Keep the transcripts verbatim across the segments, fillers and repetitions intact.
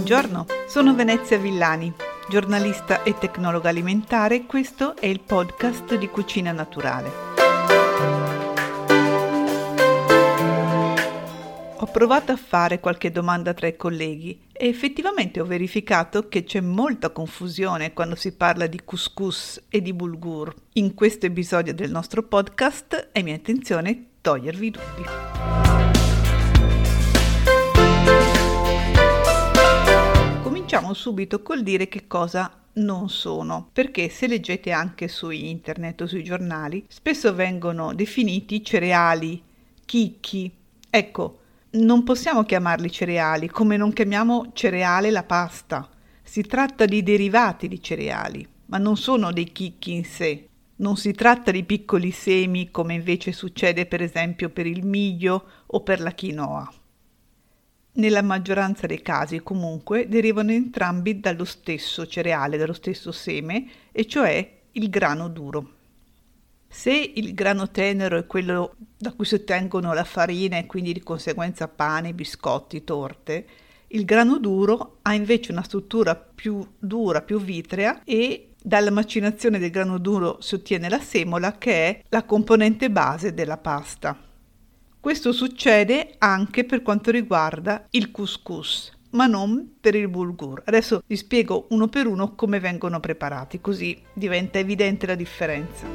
Buongiorno, sono Venezia Villani, giornalista e tecnologa alimentare e questo è il podcast di Cucina Naturale. Ho provato a fare qualche domanda tra i colleghi e effettivamente ho verificato che c'è molta confusione quando si parla di couscous e di bulgur. In questo episodio del nostro podcast è mia intenzione togliervi i dubbi. Cominciamo subito col dire che cosa non sono, perché se leggete anche su internet o sui giornali, spesso vengono definiti cereali, chicchi. Ecco, non possiamo chiamarli cereali, come non chiamiamo cereale la pasta. Si tratta di derivati di cereali, ma non sono dei chicchi in sé. Non si tratta di piccoli semi, come invece succede per esempio per il miglio o per la quinoa. Nella maggioranza dei casi, comunque, derivano entrambi dallo stesso cereale, dallo stesso seme, e cioè il grano duro. Se il grano tenero è quello da cui si ottengono la farina e quindi di conseguenza pane, biscotti, torte, il grano duro ha invece una struttura più dura, più vitrea e dalla macinazione del grano duro si ottiene la semola, che è la componente base della pasta. Questo succede anche per quanto riguarda il couscous, ma non per il bulgur. Adesso vi spiego uno per uno come vengono preparati, così diventa evidente la differenza.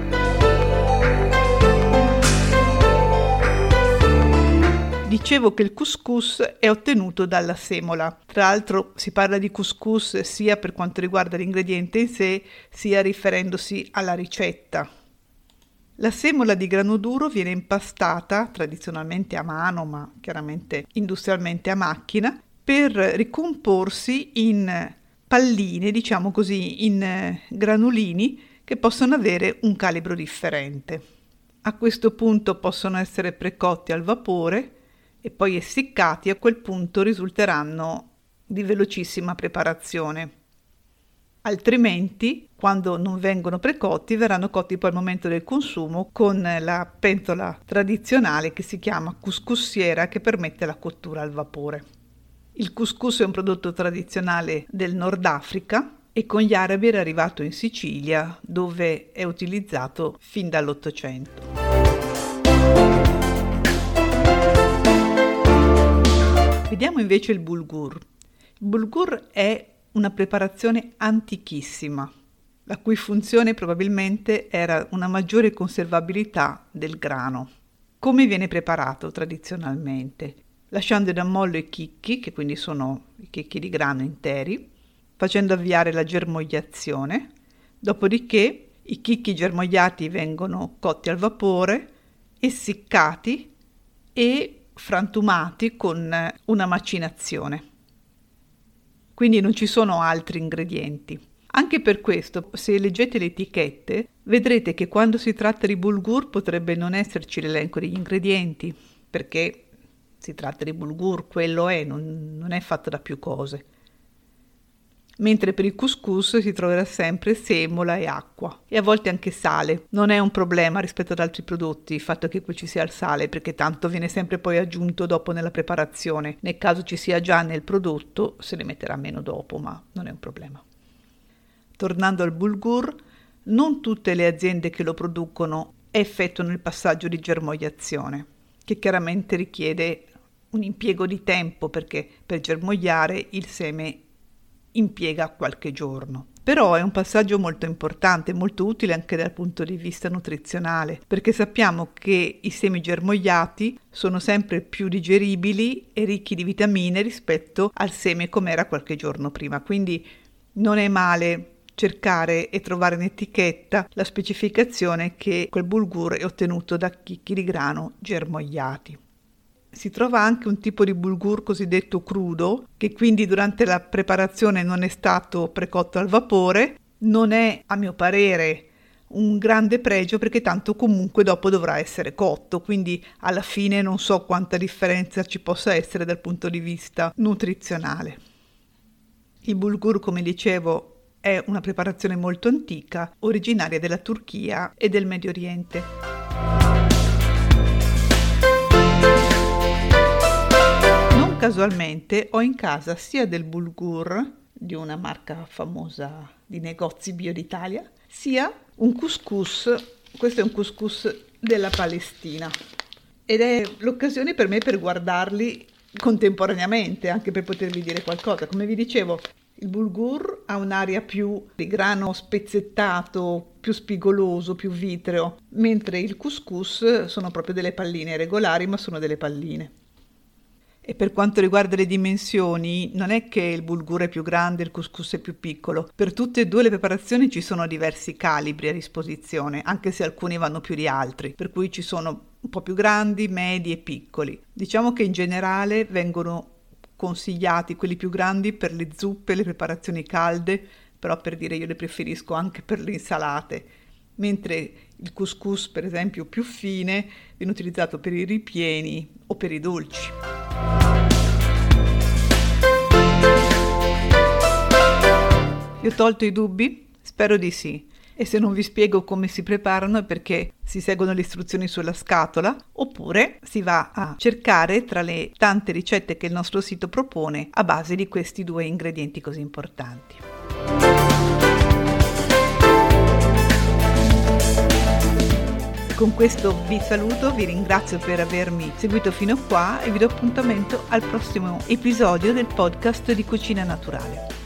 Dicevo che il couscous è ottenuto dalla semola. Tra l'altro si parla di couscous sia per quanto riguarda l'ingrediente in sé, sia riferendosi alla ricetta. La semola di grano duro viene impastata, tradizionalmente a mano, ma chiaramente industrialmente a macchina, per ricomporsi in palline, diciamo così, in granulini che possono avere un calibro differente. A questo punto possono essere precotti al vapore e poi essiccati, a quel punto risulteranno di velocissima preparazione. Altrimenti, quando non vengono precotti, verranno cotti poi al momento del consumo con la pentola tradizionale che si chiama couscoussiera, che permette la cottura al vapore. Il couscous è un prodotto tradizionale del Nord Africa e con gli arabi era arrivato in Sicilia, dove è utilizzato fin dall'Ottocento. Vediamo invece il bulgur. Il bulgur è una preparazione antichissima, la cui funzione probabilmente era una maggiore conservabilità del grano. Come viene preparato tradizionalmente? Lasciando in ammollo i chicchi, che quindi sono i chicchi di grano interi, facendo avviare la germogliazione, dopodiché i chicchi germogliati vengono cotti al vapore, essiccati e frantumati con una macinazione. Quindi non ci sono altri ingredienti. Anche per questo, se leggete le etichette, vedrete che quando si tratta di bulgur potrebbe non esserci l'elenco degli ingredienti, perché si tratta di bulgur, quello è, non, non è fatto da più cose. Mentre per il couscous si troverà sempre semola e acqua e a volte anche sale. Non è un problema rispetto ad altri prodotti il fatto che poi ci sia il sale, perché tanto viene sempre poi aggiunto dopo nella preparazione. Nel caso ci sia già nel prodotto se ne metterà meno dopo, ma non è un problema. Tornando al bulgur, non tutte le aziende che lo producono effettuano il passaggio di germogliazione, che chiaramente richiede un impiego di tempo, perché per germogliare il seme impiega qualche giorno. Però è un passaggio molto importante, molto utile anche dal punto di vista nutrizionale, perché sappiamo che i semi germogliati sono sempre più digeribili e ricchi di vitamine rispetto al seme come era qualche giorno prima. Quindi non è male cercare e trovare in etichetta la specificazione che quel bulgur è ottenuto da chicchi di grano germogliati. Si trova anche un tipo di bulgur cosiddetto crudo, che quindi durante la preparazione non è stato precotto al vapore. Non è, a mio parere, un grande pregio, perché tanto comunque dopo dovrà essere cotto, quindi alla fine non so quanta differenza ci possa essere dal punto di vista nutrizionale. Il bulgur, come dicevo, è una preparazione molto antica, originaria della Turchia e del Medio Oriente. casualmente ho in casa sia del bulgur, di una marca famosa di negozi bio d'Italia, sia un couscous. Questo è un couscous della Palestina ed è l'occasione per me per guardarli contemporaneamente, anche per potervi dire qualcosa. Come vi dicevo, il bulgur ha un'aria più di grano spezzettato, più spigoloso, più vitreo, mentre il couscous sono proprio delle palline regolari, ma sono delle palline. E per quanto riguarda le dimensioni, non è che il bulgur è più grande e il couscous è più piccolo. Per tutte e due le preparazioni ci sono diversi calibri a disposizione, anche se alcuni vanno più di altri, per cui ci sono un po' più grandi, medi e piccoli. Diciamo che in generale vengono consigliati quelli più grandi per le zuppe, le preparazioni calde, però per dire io le preferisco anche per le insalate, mentre il couscous, per esempio, più fine viene utilizzato per i ripieni o per i dolci. Vi ho tolto i dubbi? Spero di sì. E se non vi spiego come si preparano è perché si seguono le istruzioni sulla scatola, oppure si va a cercare tra le tante ricette che il nostro sito propone a base di questi due ingredienti così importanti. Con questo vi saluto, vi ringrazio per avermi seguito fino qua e vi do appuntamento al prossimo episodio del podcast di Cucina Naturale.